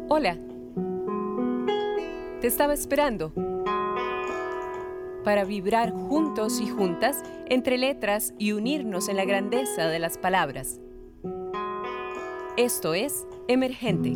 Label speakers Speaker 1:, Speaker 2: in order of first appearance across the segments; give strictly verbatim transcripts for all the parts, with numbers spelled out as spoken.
Speaker 1: Hola, te estaba esperando para vibrar juntos y juntas entre letras y unirnos en la grandeza de las palabras. Esto es Emergente.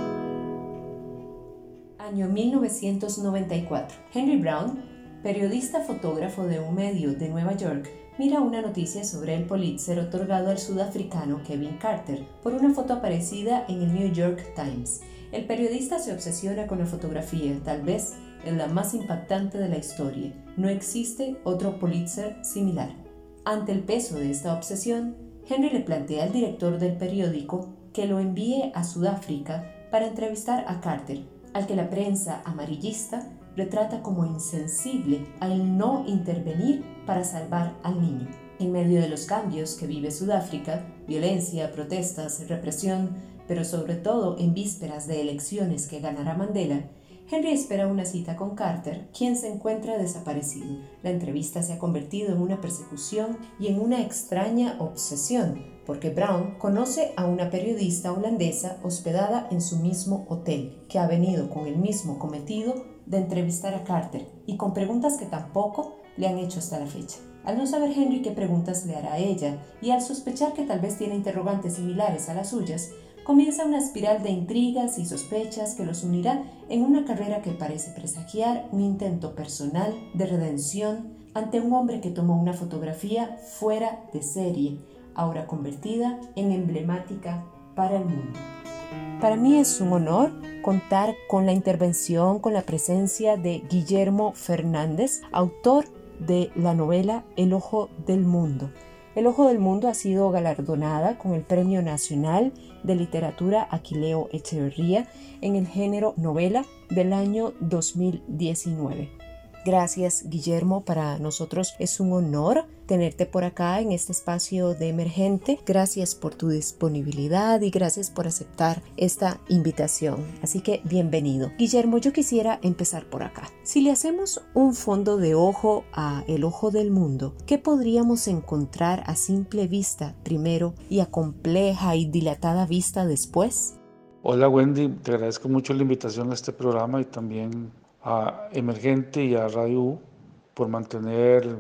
Speaker 2: Año mil novecientos noventa y cuatro. Henry Brown, periodista fotógrafo de un medio de Nueva York, mira una noticia sobre el Pulitzer otorgado al sudafricano Kevin Carter por una foto aparecida en el New York Times. El periodista se obsesiona con la fotografía, tal vez es la más impactante de la historia. No existe otro Pulitzer similar. Ante el peso de esta obsesión, Henry le plantea al director del periódico que lo envíe a Sudáfrica para entrevistar a Carter, al que la prensa amarillista retrata como insensible al no intervenir para salvar al niño. En medio de los cambios que vive Sudáfrica, violencia, protestas, represión, pero sobre todo en vísperas de elecciones que ganará Mandela, Henry espera una cita con Carter, quien se encuentra desaparecido. La entrevista se ha convertido en una persecución y en una extraña obsesión, porque Brown conoce a una periodista holandesa hospedada en su mismo hotel, que ha venido con el mismo cometido de entrevistar a Carter y con preguntas que tampoco le han hecho hasta la fecha. Al no saber Henry qué preguntas le hará a ella y al sospechar que tal vez tiene interrogantes similares a las suyas, comienza una espiral de intrigas y sospechas que los unirá en una carrera que parece presagiar un intento personal de redención ante un hombre que tomó una fotografía fuera de serie, ahora convertida en emblemática para el mundo. Para mí es un honor contar con la intervención, con la presencia de Guillermo Fernández, autor de la novela El Ojo del Mundo. El Ojo del Mundo ha sido galardonada con el Premio Nacional de Literatura Aquileo Echeverría en el género novela del año dos mil diecinueve. Gracias, Guillermo. Para nosotros es un honor tenerte por acá en este espacio de Emergente. Gracias por tu disponibilidad y gracias por aceptar esta invitación. Así que bienvenido. Guillermo, yo quisiera empezar por acá. Si le hacemos un fondo de ojo a El Ojo del Mundo, ¿qué podríamos encontrar a simple vista primero y a compleja y dilatada vista después?
Speaker 3: Hola Wendy, te agradezco mucho la invitación a este programa y también a Emergente y a Radio U por mantener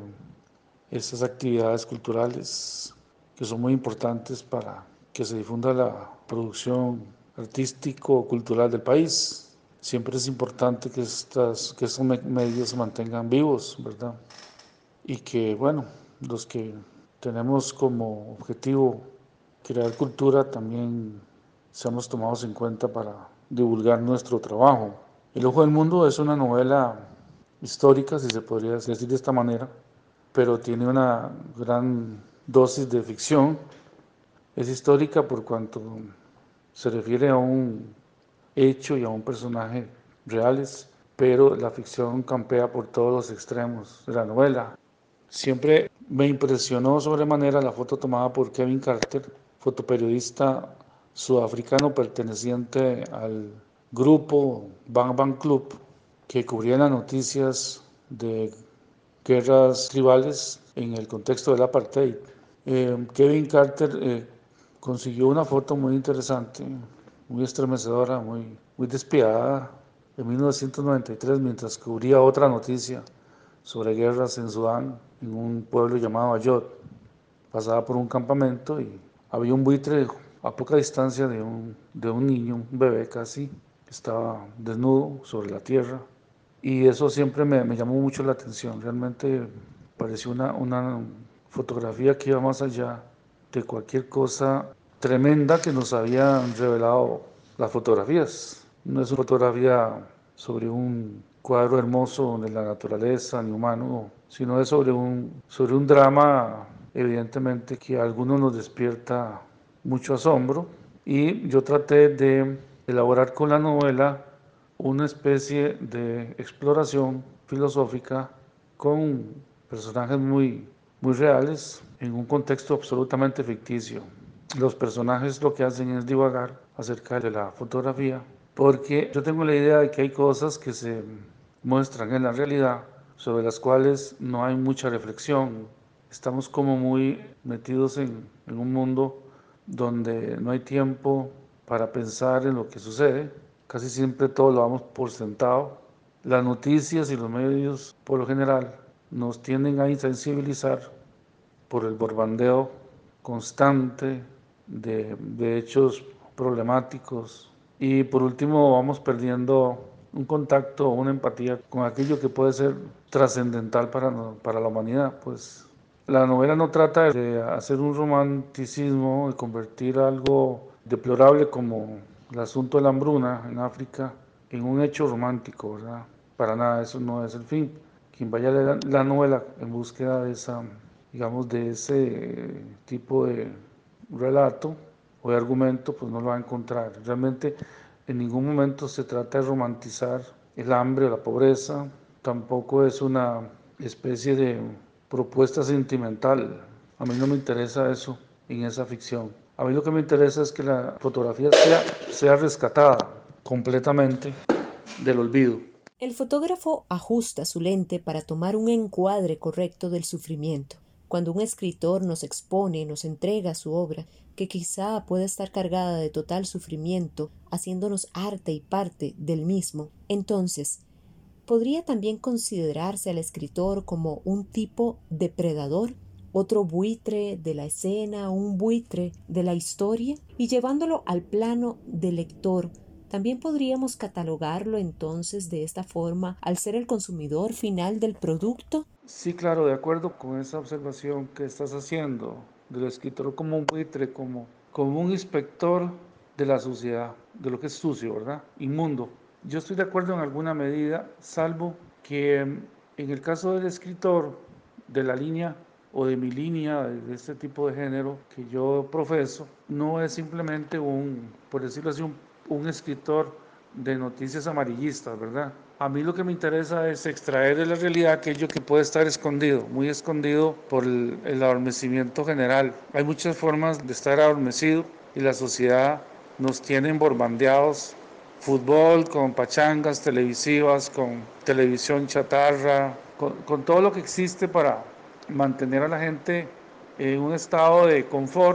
Speaker 3: estas actividades culturales que son muy importantes para que se difunda la producción artístico-cultural del país. Siempre es importante que, estas, que estos medios se mantengan vivos, ¿verdad? Y que, bueno, los que tenemos como objetivo crear cultura también seamos tomados en cuenta para divulgar nuestro trabajo. El Ojo del Mundo es una novela histórica, si se podría decir de esta manera, pero tiene una gran dosis de ficción. Es histórica por cuanto se refiere a un hecho y a un personaje reales, pero la ficción campea por todos los extremos de la novela. Siempre me impresionó sobremanera la foto tomada por Kevin Carter, fotoperiodista sudafricano perteneciente al grupo Bang Bang Club, que cubría las noticias de guerras tribales en el contexto del apartheid. Eh, Kevin Carter eh, consiguió una foto muy interesante, muy estremecedora, muy, muy despiadada, en mil novecientos noventa y tres, mientras cubría otra noticia sobre guerras en Sudán, en un pueblo llamado Ayot. Pasaba por un campamento y había un buitre a poca distancia de un, de un niño, un bebé casi, que estaba desnudo sobre la tierra. Y eso siempre me, me llamó mucho la atención. Realmente pareció una, una fotografía que iba más allá de cualquier cosa tremenda que nos habían revelado las fotografías. No es una fotografía sobre un cuadro hermoso de la naturaleza ni humano, sino es sobre un, sobre un drama evidentemente que a algunos nos despierta mucho asombro, y yo traté de elaborar con la novela una especie de exploración filosófica con personajes muy, muy reales en un contexto absolutamente ficticio. Los personajes lo que hacen es divagar acerca de la fotografía, porque yo tengo la idea de que hay cosas que se muestran en la realidad sobre las cuales no hay mucha reflexión. Estamos como muy metidos en, en un mundo donde no hay tiempo para pensar en lo que sucede. casi siempre todo lo damos por sentado. Las noticias y los medios, por lo general, nos tienden a insensibilizar por el bombardeo constante de, de hechos problemáticos. Y por último, vamos perdiendo un contacto, una empatía con aquello que puede ser trascendental para, para la humanidad. Pues la novela no trata de hacer un romanticismo, de convertir algo deplorable como el asunto de la hambruna en África en un hecho romántico, ¿verdad? Para nada, eso no es el fin. Quien vaya a leer la novela en búsqueda de esa, digamos, de ese tipo de relato o de argumento, pues no lo va a encontrar. Realmente en ningún momento se trata de romantizar el hambre o la pobreza, tampoco es una especie de propuesta sentimental. A mí no me interesa eso en esa ficción. A mí lo que me interesa es que la fotografía sea, sea rescatada completamente del olvido.
Speaker 2: El fotógrafo ajusta su lente para tomar un encuadre correcto del sufrimiento. Cuando un escritor nos expone, nos entrega su obra, que quizá pueda estar cargada de total sufrimiento, haciéndonos arte y parte del mismo, entonces, ¿podría también considerarse al escritor como un tipo depredador? ¿Otro buitre de la escena, un buitre de la historia? Y llevándolo al plano del lector, ¿también podríamos catalogarlo entonces de esta forma al ser el consumidor final del producto?
Speaker 3: Sí, claro, de acuerdo con esa observación que estás haciendo del escritor como un buitre, como, como un inspector de la sociedad, de lo que es sucio, ¿verdad? Inmundo. Yo estoy de acuerdo en alguna medida, salvo que en el caso del escritor de la línea o de mi línea, de este tipo de género que yo profeso, no es simplemente un, por decirlo así, un, un escritor de noticias amarillistas, ¿verdad? A mí lo que me interesa es extraer de la realidad aquello que puede estar escondido, muy escondido por el, el adormecimiento general. Hay muchas formas de estar adormecido y la sociedad nos tiene bombardeados. Fútbol, con pachangas televisivas, con televisión chatarra, con, con todo lo que existe para mantener a la gente en un estado de confort,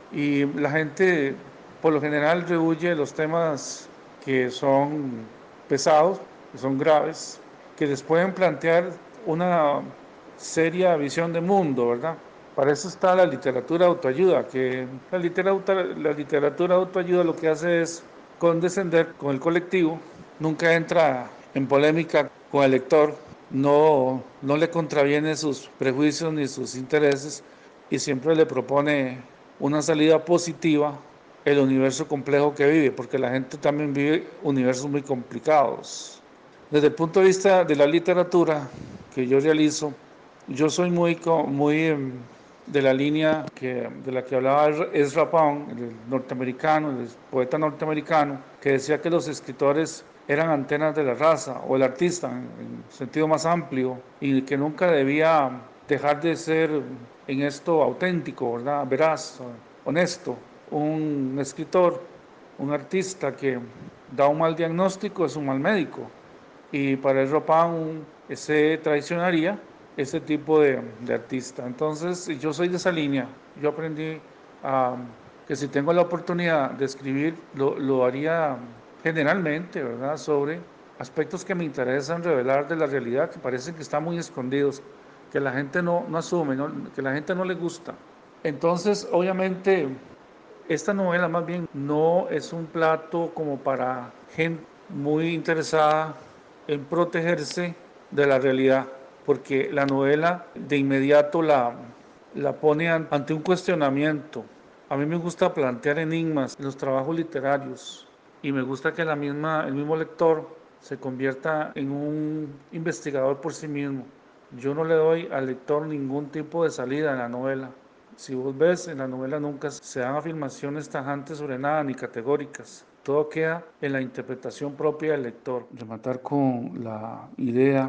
Speaker 3: y la gente por lo general rehuye los temas que son pesados, que son graves, que les pueden plantear una seria visión de mundo, ¿verdad? Para eso está la literatura de autoayuda, que la literatura, la literatura de autoayuda lo que hace es condescender con el colectivo, nunca entra en polémica con el lector, no, no le contraviene sus prejuicios ni sus intereses, y siempre le propone una salida positiva el universo complejo que vive, porque la gente también vive universos muy complicados. Desde el punto de vista de la literatura que yo realizo, yo soy muy, muy de la línea que, de la que hablaba Ezra Pound, el norteamericano, el poeta norteamericano, que decía que los escritores eran antenas de la raza, o el artista en, en sentido más amplio, y que nunca debía dejar de ser en esto auténtico, ¿verdad? Veraz, honesto. Un escritor, un artista que da un mal diagnóstico es un mal médico, y para el Ropán se traicionaría ese tipo de, de artista. Entonces yo soy de esa línea. Yo aprendí uh, que si tengo la oportunidad de escribir, lo, lo haría generalmente, ¿verdad?, sobre aspectos que me interesan revelar de la realidad, que parecen que están muy escondidos, que la gente no, no asume, ¿no?, que la gente no le gusta. Entonces, obviamente, esta novela más bien no es un plato como para gente muy interesada en protegerse de la realidad, porque la novela de inmediato la, la pone ante un cuestionamiento. A mí me gusta plantear enigmas en los trabajos literarios, y me gusta que la misma, el mismo lector se convierta en un investigador por sí mismo. Yo no le doy al lector ningún tipo de salida en la novela. Si vos ves, en la novela nunca se dan afirmaciones tajantes sobre nada, ni categóricas. Todo queda en la interpretación propia del lector. Rematar con la idea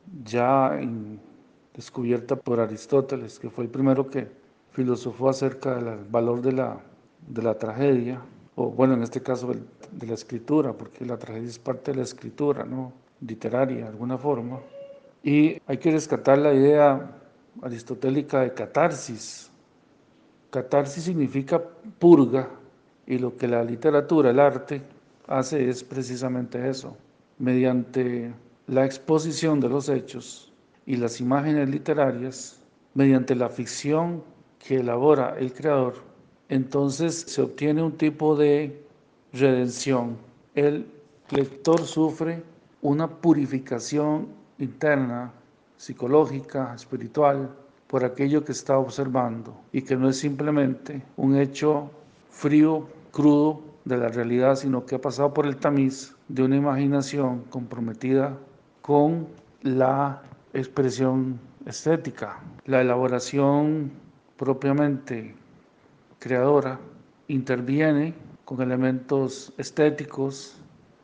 Speaker 3: ya en, descubierta por Aristóteles, que fue el primero que filosofó acerca del valor de la, de la tragedia, o bueno, en este caso de la escritura, porque la tragedia es parte de la escritura, ¿no?, literaria de alguna forma. Y hay que rescatar la idea aristotélica de catarsis. Catarsis significa purga, y lo que la literatura, el arte, hace es precisamente eso. Mediante la exposición de los hechos y las imágenes literarias, mediante la ficción que elabora el creador, entonces se obtiene un tipo de redención. El lector sufre una purificación interna, psicológica, espiritual, por aquello que está observando y que no es simplemente un hecho frío, crudo de la realidad, sino que ha pasado por el tamiz de una imaginación comprometida con la expresión estética. La elaboración propiamente creadora interviene con elementos estéticos,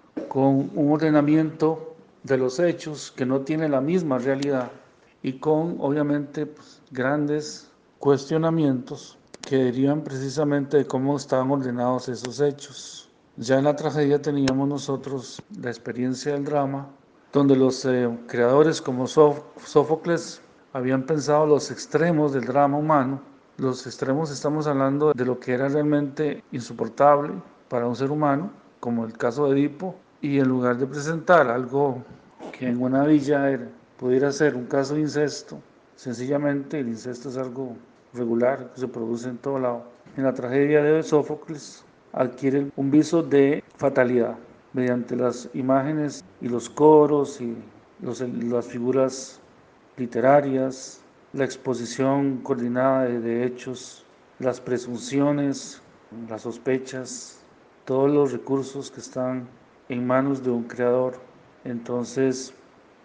Speaker 3: con un ordenamiento de los hechos que no tiene la misma realidad y con, obviamente, pues, grandes cuestionamientos que derivan precisamente de cómo estaban ordenados esos hechos. Ya en la tragedia teníamos nosotros la experiencia del drama, donde los eh, creadores como Sófocles habían pensado los extremos del drama humano. Los extremos, estamos hablando de lo que era realmente insoportable para un ser humano, como el caso de Edipo, y en lugar de presentar algo que en una villa era, pudiera ser un caso de incesto, sencillamente el incesto es algo regular que se produce en todo lado. En la tragedia de Sófocles adquiere un viso de fatalidad mediante las imágenes y los coros y los, las figuras literarias, la exposición coordinada de, de hechos, las presunciones, las sospechas, todos los recursos que están en manos de un creador. Entonces,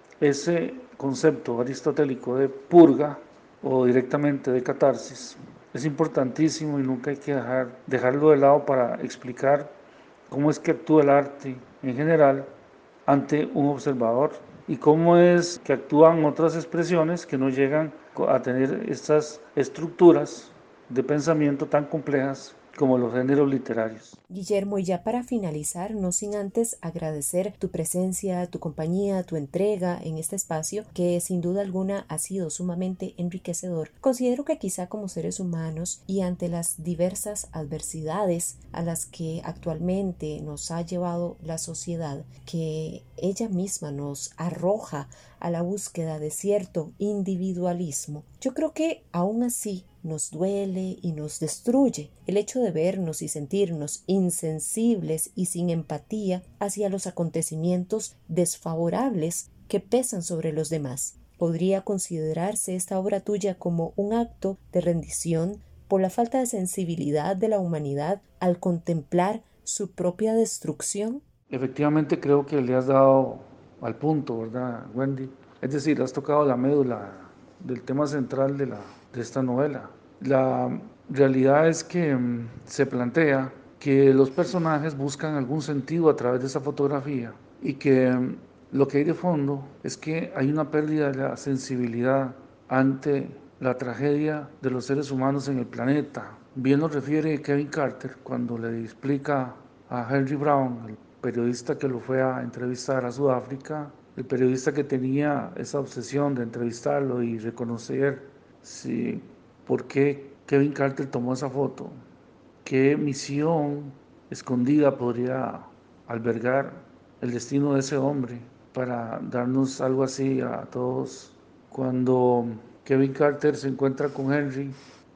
Speaker 3: ese concepto aristotélico de purga o directamente de catarsis es importantísimo y nunca hay que dejar, dejarlo de lado para explicar cómo es que actúa el arte en general ante un observador y cómo es que actúan otras expresiones que no llegan a tener estas estructuras de pensamiento tan complejas como los géneros literarios.
Speaker 2: Guillermo, y ya para finalizar, no sin antes agradecer tu presencia, tu compañía, tu entrega en este espacio, que sin duda alguna ha sido sumamente enriquecedor. Considero que quizá como seres humanos y ante las diversas adversidades a las que actualmente nos ha llevado la sociedad, que ella misma nos arroja a la búsqueda de cierto individualismo, yo creo que aún así nos duele y nos destruye el hecho de vernos y sentirnos insensibles y sin empatía hacia los acontecimientos desfavorables que pesan sobre los demás. ¿Podría considerarse esta obra tuya como un acto de rendición por la falta de sensibilidad de la humanidad al contemplar su propia destrucción?
Speaker 3: Efectivamente creo que le has dado al punto, ¿verdad, Wendy? Es decir, has tocado la médula del tema central de, la, de esta novela. La realidad es que um, se plantea que los personajes buscan algún sentido a través de esa fotografía y que um, lo que hay de fondo es que hay una pérdida de la sensibilidad ante la tragedia de los seres humanos en el planeta. Bien lo refiere Kevin Carter cuando le explica a Henry Brown, el periodista que lo fue a entrevistar a Sudáfrica, el periodista que tenía esa obsesión de entrevistarlo y reconocer si, por qué Kevin Carter tomó esa foto, qué misión escondida podría albergar el destino de ese hombre para darnos algo así a todos. Cuando Kevin Carter se encuentra con Henry,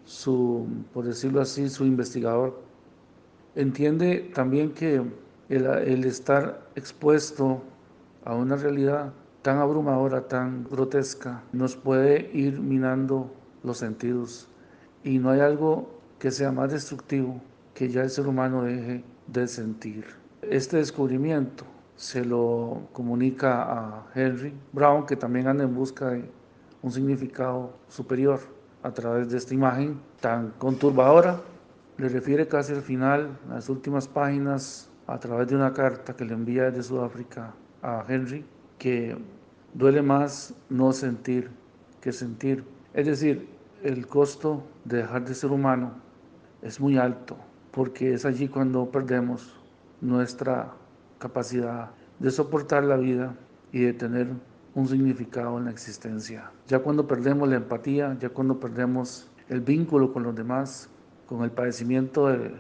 Speaker 3: su, por decirlo así, su investigador, entiende también que el, el estar expuesto a una realidad tan abrumadora, tan grotesca, nos puede ir minando los sentidos. Y no hay algo que sea más destructivo que ya el ser humano deje de sentir. Este descubrimiento se lo comunica a Henry Brown, que también anda en busca de un significado superior a través de esta imagen tan conturbadora. Le refiere casi al final, a las últimas páginas, a través de una carta que le envía desde Sudáfrica a Henry, que duele más no sentir que sentir. Es decir, el costo de dejar de ser humano es muy alto, porque es allí cuando perdemos nuestra capacidad de soportar la vida y de tener un significado en la existencia. Ya cuando perdemos la empatía, ya cuando perdemos el vínculo con los demás, con el padecimiento de,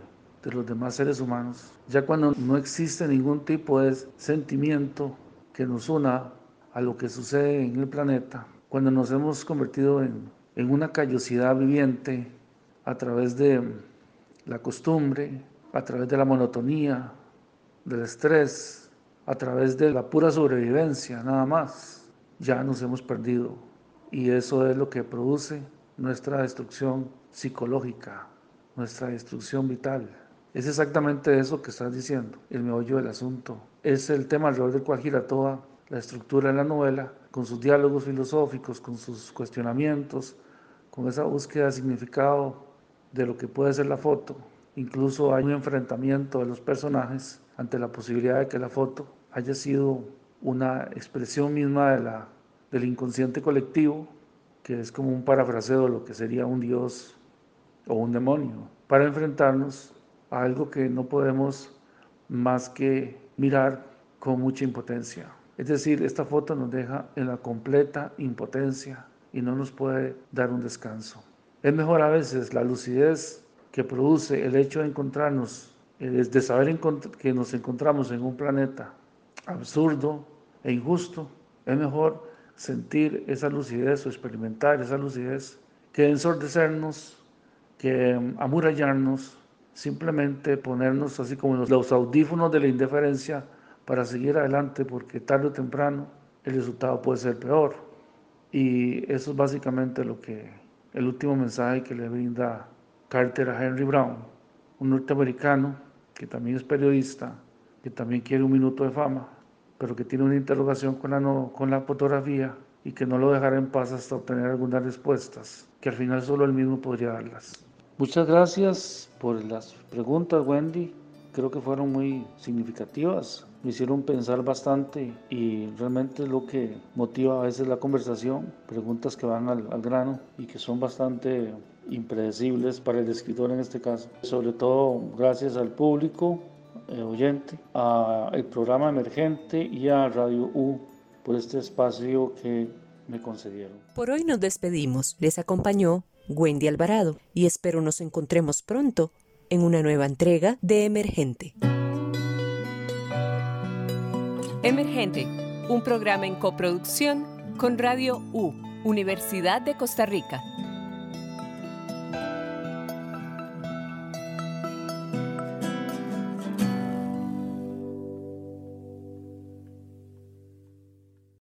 Speaker 3: de los demás seres humanos. Ya cuando no existe ningún tipo de sentimiento que nos una a lo que sucede en el planeta, cuando nos hemos convertido en, en una callosidad viviente a través de la costumbre, a través de la monotonía, del estrés, a través de la pura sobrevivencia, nada más, ya nos hemos perdido. Y eso es lo que produce nuestra destrucción psicológica, nuestra destrucción vital. Es exactamente eso que estás diciendo, el meollo del asunto. Es el tema alrededor del cual gira toda la estructura de la novela, con sus diálogos filosóficos, con sus cuestionamientos, con esa búsqueda de significado de lo que puede ser la foto. Incluso hay un enfrentamiento de los personajes ante la posibilidad de que la foto haya sido una expresión misma de la, del inconsciente colectivo, que es como un parafraseo de lo que sería un dios o un demonio, para enfrentarnos a algo que no podemos más que mirar con mucha impotencia. Es decir, esta foto nos deja en la completa impotencia y no nos puede dar un descanso. Es mejor a veces la lucidez que produce el hecho de encontrarnos, de saber que nos encontramos en un planeta absurdo e injusto. Es mejor sentir esa lucidez o experimentar esa lucidez que ensordecernos, que amurallarnos, simplemente ponernos así como los audífonos de la indiferencia para seguir adelante, porque tarde o temprano el resultado puede ser peor. Y eso es básicamente lo que el último mensaje que le brinda Carter a Henry Brown, un norteamericano que también es periodista, que también quiere un minuto de fama, pero que tiene una interrogación con la, no, con la fotografía y que no lo dejará en paz hasta obtener algunas respuestas, que al final solo él mismo podría darlas. Muchas gracias por las preguntas, Wendy. Creo que fueron muy significativas, me hicieron pensar bastante y realmente es lo que motiva a veces la conversación, preguntas que van al, al grano y que son bastante impredecibles para el escritor en este caso. Sobre todo gracias al público eh, oyente, al programa Emergente y a Radio U por este espacio que me concedieron.
Speaker 2: Por hoy nos despedimos. Les acompañó Wendy Alvarado y espero nos encontremos pronto en una nueva entrega de Emergente.
Speaker 1: Emergente, un programa en coproducción con Radio U, Universidad de Costa Rica.